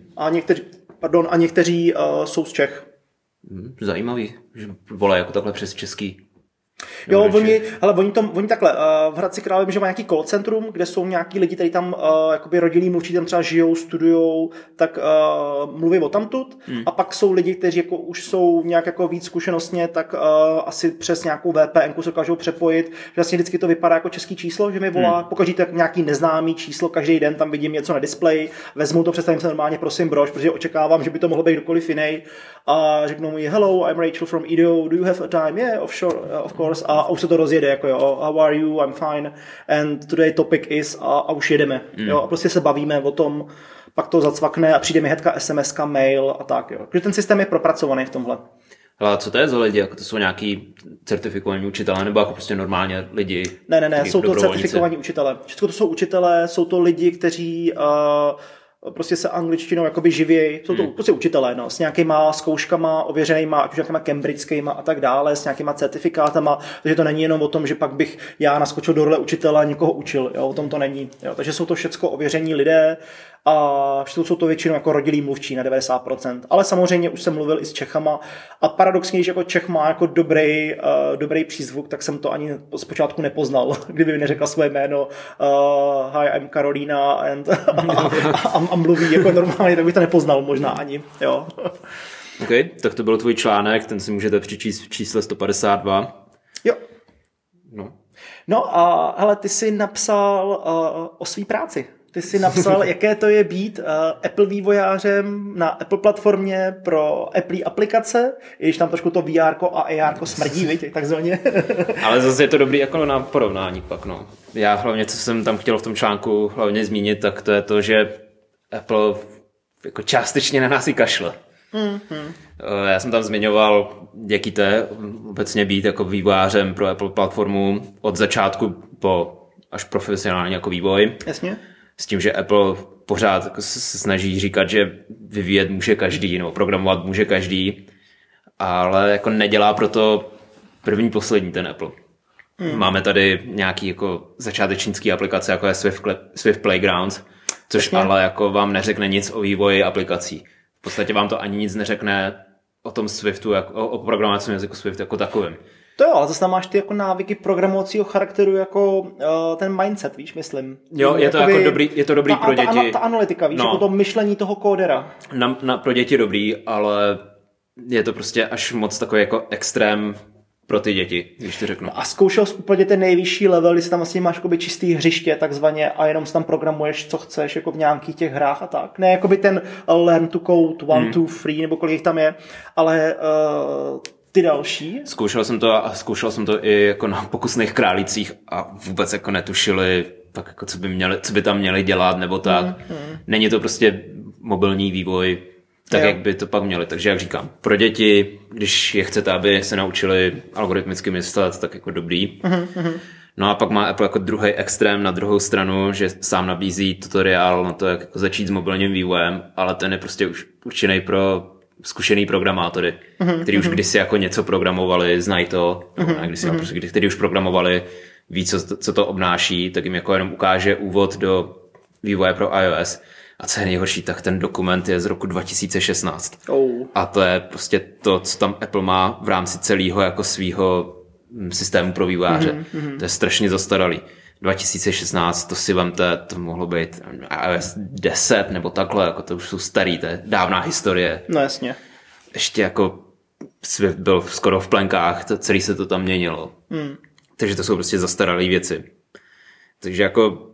a někteří jsou z Čech. Zajímavý, že volají jako takhle přes český. Jo, oni takhle, v Hradci Králové, že má nějaký call centrum, kde jsou nějaký lidi, kteří tam jakoby rodilí mluvčí, tam třeba žijou, studujou, tak mluví o tamtud. A pak jsou lidi, kteří jako už jsou nějak jako víc zkušenostně, tak asi přes nějakou VPN se dokážou přepojit, že vlastně vždycky to vypadá jako český číslo, že mi volá, pokaždé tak nějaký neznámý číslo, každý den tam vidím něco na displeji, vezmu to, představím se normálně, prosím brož, protože očekávám, že by to mohlo být kdokoliv jiný a řeknu mu, hello, I'm Rachel from Edo, do you have a time? Yeah, of course. A už se to rozjede, jako jo, how are you, I'm fine, and today topic is, a už jedeme, jo, a prostě se bavíme o tom, pak to zacvakne a přijde mi hnedka SMS-ka, mail a tak, jo. Takže ten systém je propracovaný v tomhle. Ale co to je za lidi? Jako to jsou nějaký certifikovaní učitelé nebo jako prostě normálně lidi? Ne, jsou to certifikovaní učitelé. Všechno to jsou učitelé, jsou to lidi, kteří prostě se angličtinou jakoby živějí, jsou to prostě učitelé, no, s nějakýma zkouškama ověřenýma, ať už nějakýma cambridgeskýma a tak dále, s nějakýma certifikátama, takže to není jenom o tom, že pak bych já naskočil do role učitele a někoho učil, jo, o tom to není, jo, takže jsou to všecko ověření lidé a jsou to většinou jako rodilí mluvčí na 90%, ale samozřejmě už jsem mluvil i s Čechama a paradoxně, když jako Čech má jako dobrý přízvuk, tak jsem to ani zpočátku nepoznal, kdyby mi neřekla své jméno, hi, I'm Karolína a mluví jako normálně, tak bych to nepoznal možná ani, jo. OK, tak to byl tvůj článek, ten si můžete přečíst v čísle 152. Jo. No a hele, ty jsi napsal o své práci. Ty jsi napsal, jaké to je být Apple vývojářem na Apple platformě pro Apple aplikace, i když tam trošku to VR a AR smrdí, víte, takzvaně. Ale zase je to dobrý jako na porovnání pak, no. Já hlavně, co jsem tam chtěl v tom článku hlavně zmínit, tak to je to, že Apple jako částečně na nás i kašle. Já jsem tam zmiňoval, jaký to je obecně být jako vývojářem pro Apple platformu od začátku po až profesionálně jako vývoj. Jasně. S tím, že Apple pořád jako se snaží říkat, že vyvíjet může každý, nebo programovat může každý, ale jako nedělá proto poslední ten Apple. Máme tady nějaký jako začátečnický aplikace, jako je Swift Playground, což ale jako vám neřekne nic o vývoji aplikací. V podstatě vám to ani nic neřekne o tom Swiftu, o programovacím jazyku Swift jako takovým. To jo, ale zase tam máš ty jako návyky programovacího charakteru jako ten mindset, víš, myslím. Jo, je to jako dobrý, je to dobrý pro děti. Ta analytika, víš, jako to myšlení toho kódera. Pro děti dobrý, ale je to prostě až moc takový jako extrém pro ty děti, když to řeknu. A zkoušel jsi úplně ten nejvyšší level, kdy tam vlastně máš jakoby čistý hřiště takzvaně a jenom si tam programuješ, co chceš, jako v nějakých těch hrách a tak. Ne jakoby ten learn to code 1, 2, 3, nebo kolik jich tam je, ale ty další? Zkoušel jsem to i jako na pokusných králících a vůbec jako netušili, tak jako co by tam měli dělat nebo tak. Není to prostě mobilní vývoj, tak jak by to pak měli. Takže jak říkám, pro děti, když je chcete, aby se naučili algoritmicky myslet, tak jako dobrý. No a pak má Apple jako druhý extrém na druhou stranu, že sám nabízí tutoriál na to, jak jako začít s mobilním vývojem, ale ten je prostě už určený pro zkušený programátory, kteří už kdysi jako něco programovali, znají to, kteří už programovali, ví, co to obnáší, tak jim jako jenom ukáže úvod do vývoje pro iOS. A co je nejhorší, tak ten dokument je z roku 2016. A to je prostě to, co tam Apple má v rámci celého jako svýho systému pro vývojáře. To je strašně zastaralý. 2016, to si vemte, to mohlo být iOS 10 nebo takhle, jako to už jsou starý, to je dávná historie. No jasně. Ještě jako svět byl skoro v plenkách, celý se to tam měnilo. Takže to jsou prostě zastaralé věci. Takže jako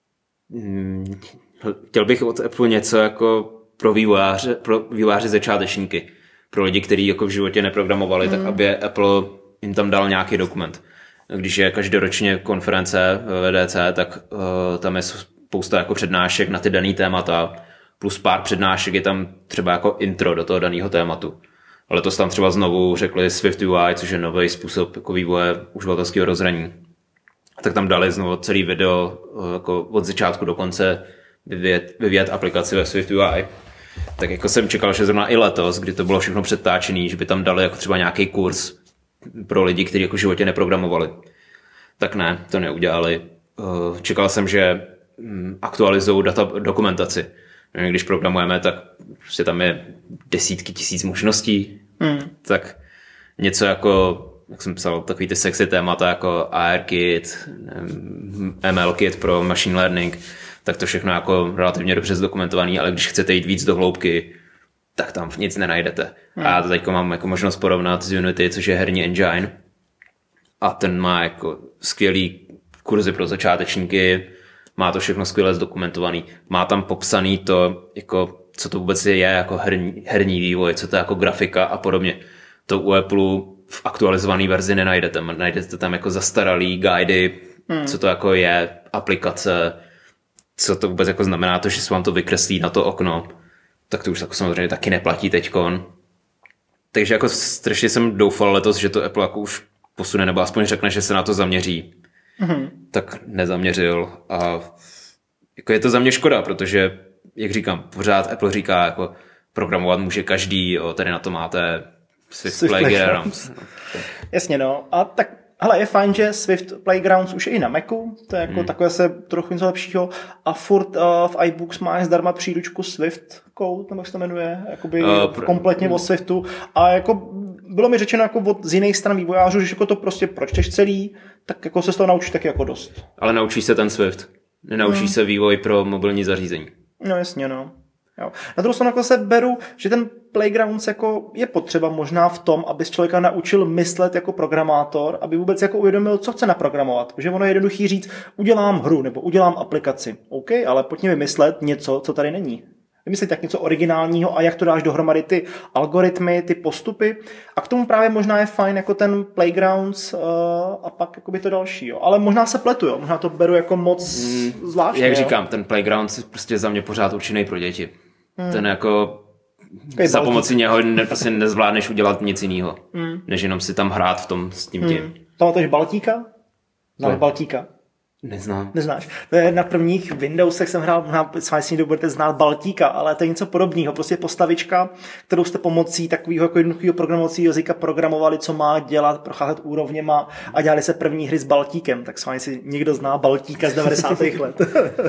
chtěl bych od Apple něco jako pro vývojáře začátečníky. Pro lidi, kteří jako v životě neprogramovali, tak aby Apple jim tam dal nějaký dokument. Když je každoročně konference VDC, tak tam je spousta jako přednášek na ty daný témata, plus pár přednášek je tam třeba jako intro do toho daného tématu. Ale to tam třeba znovu řekli Swift UI, což je nový způsob jako vývoje uživatelského rozhraní. Tak tam dali znovu celý video jako od začátku do konce vyvíjet aplikaci ve Swift UI. Tak jako jsem čekal, že zrovna i letos, kdy to bylo všechno předtáčený, že by tam dali jako třeba nějaký kurz pro lidi, kteří jako v životě neprogramovali. Tak ne, to neudělali. Čekal jsem, že aktualizují dokumentaci. Když programujeme, tak prostě tam je desítky tisíc možností. Tak něco jako, jak jsem psal, takový ty sexy témata jako ARKit, MLKit pro machine learning, tak to všechno jako relativně dobře zdokumentovaný, ale když chcete jít víc do hloubky, tak tam nic nenajdete. A já teď mám jako možnost porovnat s Unity, což je herní engine. A ten má jako skvělý kurzy pro začátečníky, má to všechno skvěle zdokumentovaný. Má tam popsaný to, jako, co to vůbec je jako herní vývoj, co to je jako grafika a podobně. To u Apple v aktualizované verzi nenajdete. Najdete tam jako zastaralý guidy, co to jako je, aplikace, co to vůbec jako znamená to, že se vám to vykreslí na to okno. Tak to už jako samozřejmě taky neplatí teďkon. Takže jako strašně jsem doufal letos, že to Apple jako už posune, nebo aspoň řekne, že se na to zaměří. Tak nezaměřil a jako je to za mě škoda, protože, jak říkám, pořád Apple říká, jako programovat může každý, jo, tady na to máte Swift Playgrounds. Jasně, no. A tak, hele, je fajn, že Swift Playgrounds už je i na Macu, to je jako takové se trochu něco lepšího a furt v iBooks má zdarma příručku Swift Code, nebo jak se to jmenuje, jakoby kompletně o Swiftu a jako bylo mi řečeno jako z jiných stran vývojářů, že jako to prostě pročteš celý, tak jako se z toho naučíš taky jako dost. Ale naučíš se ten Swift, nenaučíš se vývoj pro mobilní zařízení. No jasně, no. Jo. Na druhou stranu jako se beru, že ten Playgrounds jako je potřeba možná v tom, aby člověka naučil myslet jako programátor, aby vůbec jako uvědomil, co chce naprogramovat. Protože ono je jednoduchý říct, udělám hru nebo udělám aplikaci. OK, ale pojďme vymyslet něco, co tady není. Vymyslet tak něco originálního a jak to dáš dohromady ty algoritmy, ty postupy. A k tomu právě možná je fajn jako ten Playgrounds a pak jakoby to další. Jo. Ale možná se pletu, jo. Možná to beru jako moc zvláštně. Jak říkám, ten Playgrounds je prostě za mě pořád určený pro děti. Ten jako za pomocí něho prostě nezvládneš udělat nic jiného, než jenom si tam hrát v tom s tím tím. Pamatuješ Baltíka? Znáš Baltíka? Neznám. Neznáš. To je na prvních Windowsech jsem hrál, možná s ní budete znát Baltíka, ale to je něco podobného. Prostě postavička, kterou jste pomocí takového jako jednoduchého programovacího jazyka programovali, co má dělat, procházet úrovněma a dělali se první hry s Baltíkem. Tak s vámi si někdo zná Baltíka z 90. let.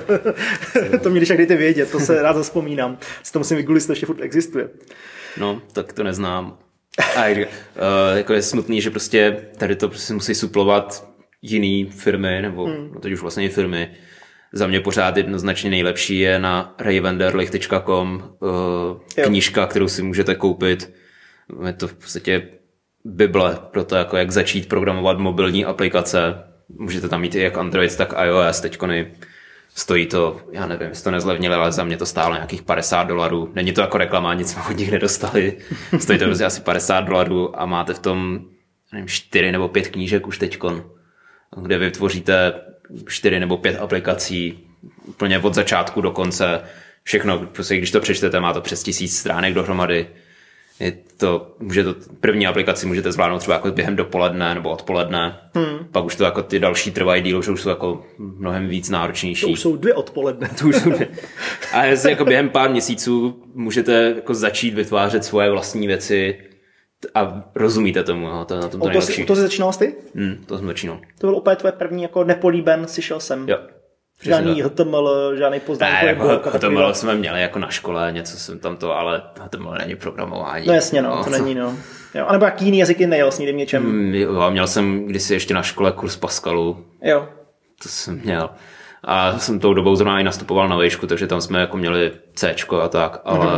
To mě když jak dejte vědět, to se rád zaspomínám. Si to musím vygooglit, to ještě furt existuje. No, tak to neznám. A jako je smutný, že prostě tady to prostě musí suplovat jiný firmy, nebo teď už vlastně firmy. Za mě pořád jednoznačně nejlepší je na ravenderlich.com knížka, kterou si můžete koupit. Je to v podstatě bible pro to, jako jak začít programovat mobilní aplikace. Můžete tam mít i jak Android, tak iOS. Teďkony stojí to, já nevím, jestli to nezlevnili, ale za mě to stálo nějakých $50. Není to jako reklama, nic jsme od nich nedostali. Stojí to prostě asi $50 a máte v tom, nevím, 4 nebo 5 knížek už teďkon, kde vytvoříte 4 nebo 5 aplikací úplně od začátku do konce. Všechno, prostě když to přečtete, má to přes 1000 stránek dohromady. První aplikaci můžete zvládnout třeba jako během dopoledne nebo odpoledne. Pak už to jako ty další trvají díl, že už jsou jako mnohem víc náročnější. To už jsou 2 odpoledne. A jestli jako během pár měsíců můžete jako začít vytvářet svoje vlastní věci a rozumíte tomu, no, to je na tom to nejlepší. To jsi začínal ty? To jsem začínal. To byl opět tvoje první jako nepolíben, si šel sem. Jo. Žádný HTML, žádný poznámkový blok. HTML jsme měli jako na škole, něco jsem tam to, ale HTML není programování. No jasně, no, to není, no. Jo, anebo jaký jiný jazyky nejel s někdy něčem. Jo, měl jsem kdysi ještě na škole kurz Pascalu. Jo. To jsem měl. A jsem tou dobou zrovna i nastupoval na vejšku, takže tam jsme jako měli Cčko a tak, ale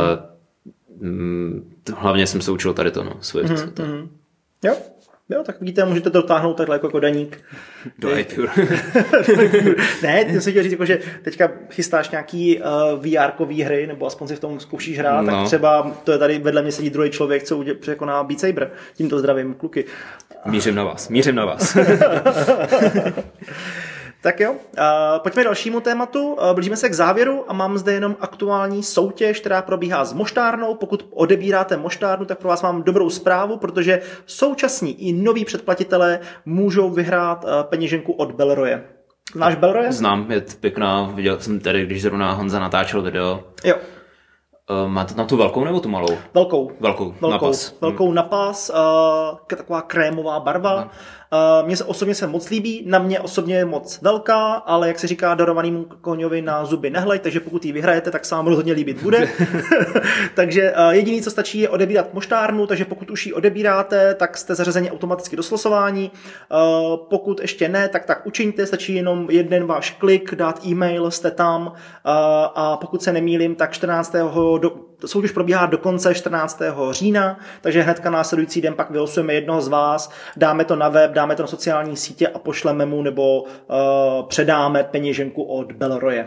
hlavně jsem se učil tady to, no, Swift. Jo, tak vidíte, můžete to dotáhnout takhle jako daník. Do iPure. Ne, ty jsem chtěl říct, jako, že teďka chystáš nějaký VR-kový hry, nebo aspoň si v tom zkoušíš hrát, tak třeba to je tady vedle mě sedí druhý člověk, co překoná Beat Saber. Tímto zdravím, kluky. Mířím na vás. Tak jo, pojďme k dalšímu tématu. Blížíme se k závěru a mám zde jenom aktuální soutěž, která probíhá s moštárnou. Pokud odebíráte moštárnu, tak pro vás mám dobrou zprávu, protože současní i noví předplatitelé můžou vyhrát peněženku od Bellroye. Znáš Bellroye? Znám, je pěkná. Viděl jsem tady, když zrovna Honza natáčel video. Jo. Máte tam tu velkou nebo tu malou? Velkou. Na pas. Velkou na pas, taková krémová barva. Mně se osobně moc líbí, na mě osobně je moc velká, ale jak se říká, darovanýmu koňovi na zuby nehlej, takže pokud ji vyhrajete, tak se vám rozhodně líbit bude. Takže jediný, co stačí, je odebírat moštárnu, takže pokud už ji odebíráte, tak jste zařazeni automaticky do slosování. Pokud ještě ne, tak učiňte, stačí jenom jeden váš klik, dát e-mail, jste tam a pokud se nemýlím, tak 14. soutěž probíhá do konce 14. října, takže hnedka následující den pak vylosujeme jednoho z vás, dáme to na web, dáme to na sociální sítě a pošleme mu nebo předáme peněženku od Bellroye.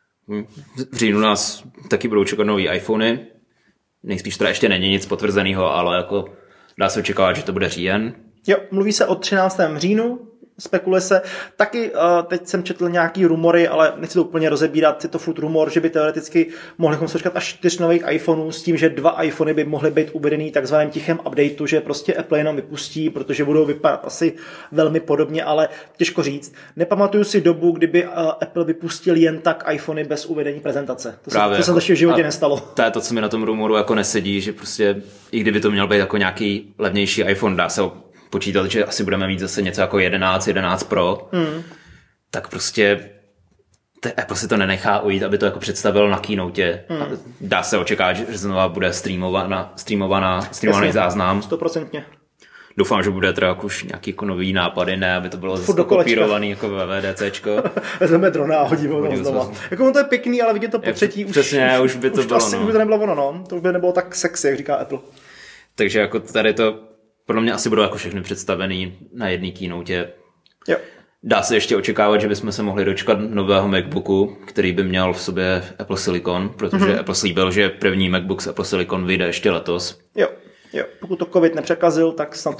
V říjnu nás taky budou čekat nový iPhony. Nejspíš teda ještě není nic potvrzeného, ale jako dá se očekávat, že to bude říjen. Jo, mluví se o 13. říjnu. Spekuluje se. Taky teď jsem četl nějaký rumory, ale nechci to úplně rozebírat, je to furt rumor, že by teoreticky mohli se dočkat až 4 nových iPhoneů s tím, že 2 iPhony by mohly být uvedený takzvaným tichém updateu, že prostě Apple jenom vypustí, protože budou vypadat asi velmi podobně, ale těžko říct. Nepamatuju si dobu, kdyby Apple vypustil jen tak iPhony bez uvedení prezentace. To se ještě v životě nestalo. To je to, co mi na tom rumoru jako nesedí, že prostě i kdyby to měl být jako nějaký levnější iPhone, dá se počítat, že asi budeme mít zase něco jako 11 Pro, tak prostě Apple si to nenechá ujít, aby to jako představil na keynote. Dá se očekávat, že znova bude streamovaný záznam. 100%. Doufám, že bude teda jako už nějaký jako nový nápady, ne, aby to bylo zase kopírovaný jako VVDCčko. Vezmeme drona a hodíme ho znova. Jako on to je pěkný, ale vidět to po třetí už by to bylo. Asi už by to nebylo ono, no. To by nebylo tak sexy, jak říká Apple. Takže jako tady to podle mě asi budou jako všechny představený na jedné keynote. Jo. Dá se ještě očekávat, že bychom se mohli dočkat nového MacBooku, který by měl v sobě Apple Silicon, protože Apple slíbil, že první MacBook s Apple Silicon vyjde ještě letos. Jo. Pokud to COVID nepřekazil, tak snad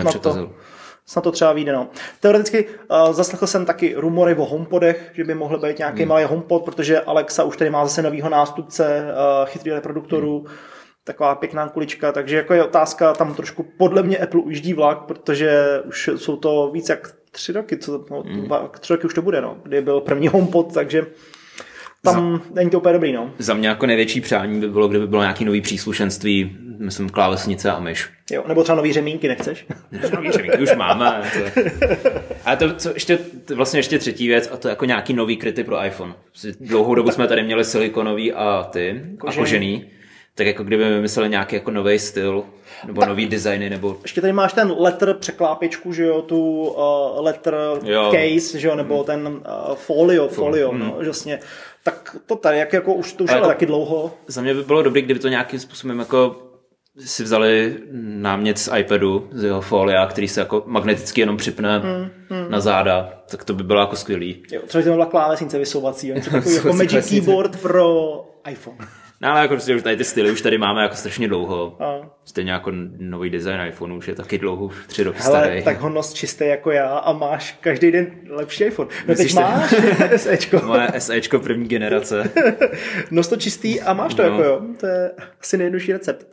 to třeba vyjde. No. Teoreticky zaslechl jsem taky rumory o HomePodech, že by mohl být nějaký malý HomePod, protože Alexa už tady má zase novýho nástupce chytrých reproduktorů. Taková pěkná kulička, takže jako je otázka, tam trošku podle mě Apple ujíždí vlak, protože už jsou to víc jak 3 roky, 3 roky už to bude, no, kdy byl první HomePod, takže tam není to úplně dobrý, no. Za mě jako největší přání by bylo, kdyby bylo nějaký nový příslušenství, myslím klávesnice a myš. Jo, nebo třeba nový řemínky, nechceš? Nový řemínky už máme. A to, co ještě třetí věc, a to jako nějaký nový kryty pro iPhone. Dlouhou dobu jsme tady měli silikonový a kožený. Tak jako kdyby vymysleli nějaký jako nový styl, nebo nový designy, nebo... Ještě tady máš ten letter překlápěčku, že jo, tu letter case, že jo, nebo ten folio, no, vlastně. Tak to tady, jako už to už je taky dlouho. Za mě by bylo dobré, kdyby to nějakým způsobem jako si vzali námět z iPadu, z jeho folia, který se jako magneticky jenom připne na záda, tak to by bylo jako skvělý. Jo, třeba to byla klávesnice vysouvací, takový jako Magic Keyboard pro iPhone. No ale jako prostě už tady ty styly už tady máme jako strašně dlouho. Stejně jako nový design iPhone už je taky dlouho, už 3 roky starý. Tak ho nos čistý jako já a máš každý den lepší iPhone. No teď máš SEčko. Moje SEčko první generace. Nos to čistý a máš to jako jo. To je asi nejjednodušší recept.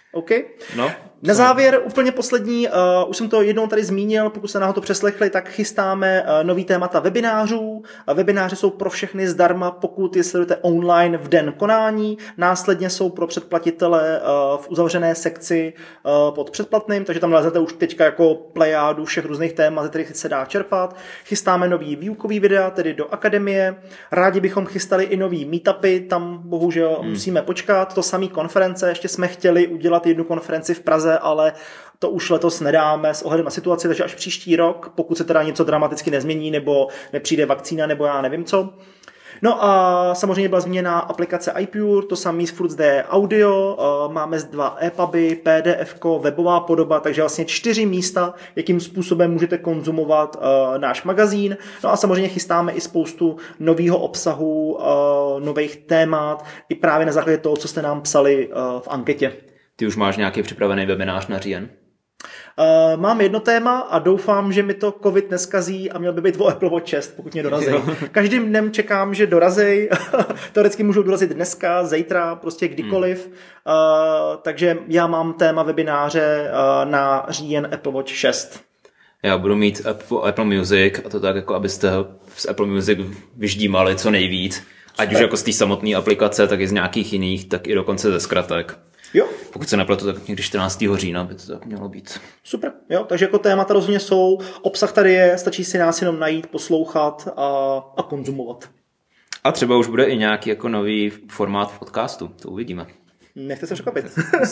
OK. No. Na závěr úplně poslední, už jsem to jednou tady zmínil, pokud jste na to přeslechli, tak chystáme nový témata webinářů. Webináře jsou pro všechny zdarma, pokud je sledujete online v den konání. Následně jsou pro předplatitele v uzavřené sekci pod předplatným, takže tam nalezete už teďka jako plejádu všech různých témat, ze kterých se dá čerpat. Chystáme nový výukový videa, tedy do akademie. Rádi bychom chystali i nový meetupy, tam bohužel musíme počkat. To samý konference, ještě jsme chtěli udělat jednu konferenci v Praze, ale to už letos nedáme s ohledem na situaci, takže až příští rok, pokud se teda něco dramaticky nezmění, nebo nepřijde vakcína, nebo já nevím co. No a samozřejmě byla změněna aplikace iPure, to samý furt zde je audio, máme 2 e-puby, PDF, webová podoba, takže vlastně 4 místa, jakým způsobem můžete konzumovat náš magazín. No a samozřejmě chystáme i spoustu nového obsahu, nových témat, i právě na základě toho, co jste nám psali v anketě. Ty už máš nějaký připravený webinář na říjen? Mám jedno téma a doufám, že mi to covid neskazí a měl by být o Apple Watch 6, pokud mě dorazí. Každým dnem čekám, že dorazí. Teoreticky můžou dorazit dneska, zítra, prostě kdykoliv. Takže já mám téma webináře na říjen Apple Watch 6. Já budu mít Apple Music a to tak, jako abyste z Apple Music vyždímali co nejvíc. Ať už jako z té samotné aplikace, tak i z nějakých jiných, tak i dokonce ze zkratek. Jo. Pokud se nepletu, tak někdy 14. října by to tak mělo být. Super, jo, takže jako témata rozhodně jsou, obsah tady je, stačí si nás jenom najít, poslouchat a konzumovat. A třeba už bude i nějaký jako nový formát v podcastu, to uvidíme. Nechte se překvapit.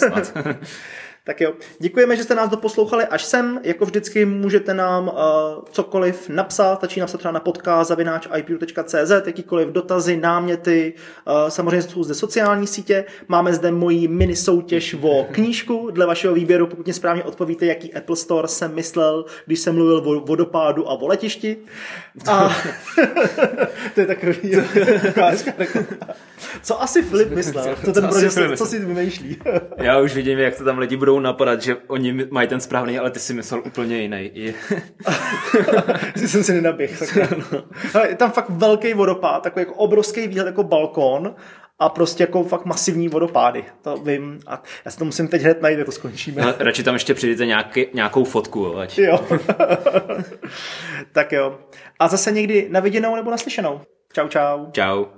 Tak jo, děkujeme, že jste nás doposlouchali až sem. Jako vždycky můžete nám cokoliv napsat, stačí napsat třeba na podcast@ipure.cz, jakýkoliv dotazy, náměty, samozřejmě jsou zde sociální sítě, máme zde moji mini soutěž o knížku dle vašeho výběru, pokud mě správně odpovíte, jaký Apple Store jsem myslel, když jsem mluvil o vodopádu a o letišti. A to je takový co asi Filip myslel? Co si vymýšlí? Já už vidím, jak to tam lidi budou napadat, že oni mají ten správný, ale ty si myslel úplně jiný. Jsem si nenaběh. Je tam fakt velký vodopád, takový jako obrovský výhled jako balkón a prostě jako fakt masivní vodopády. To vím. A já si to musím teď hned najít, to skončíme. No, radši tam ještě přidejte nějakou fotku. Ať. Jo. Tak jo. A zase někdy na viděnou nebo naslyšenou. Čau, čau. Čau.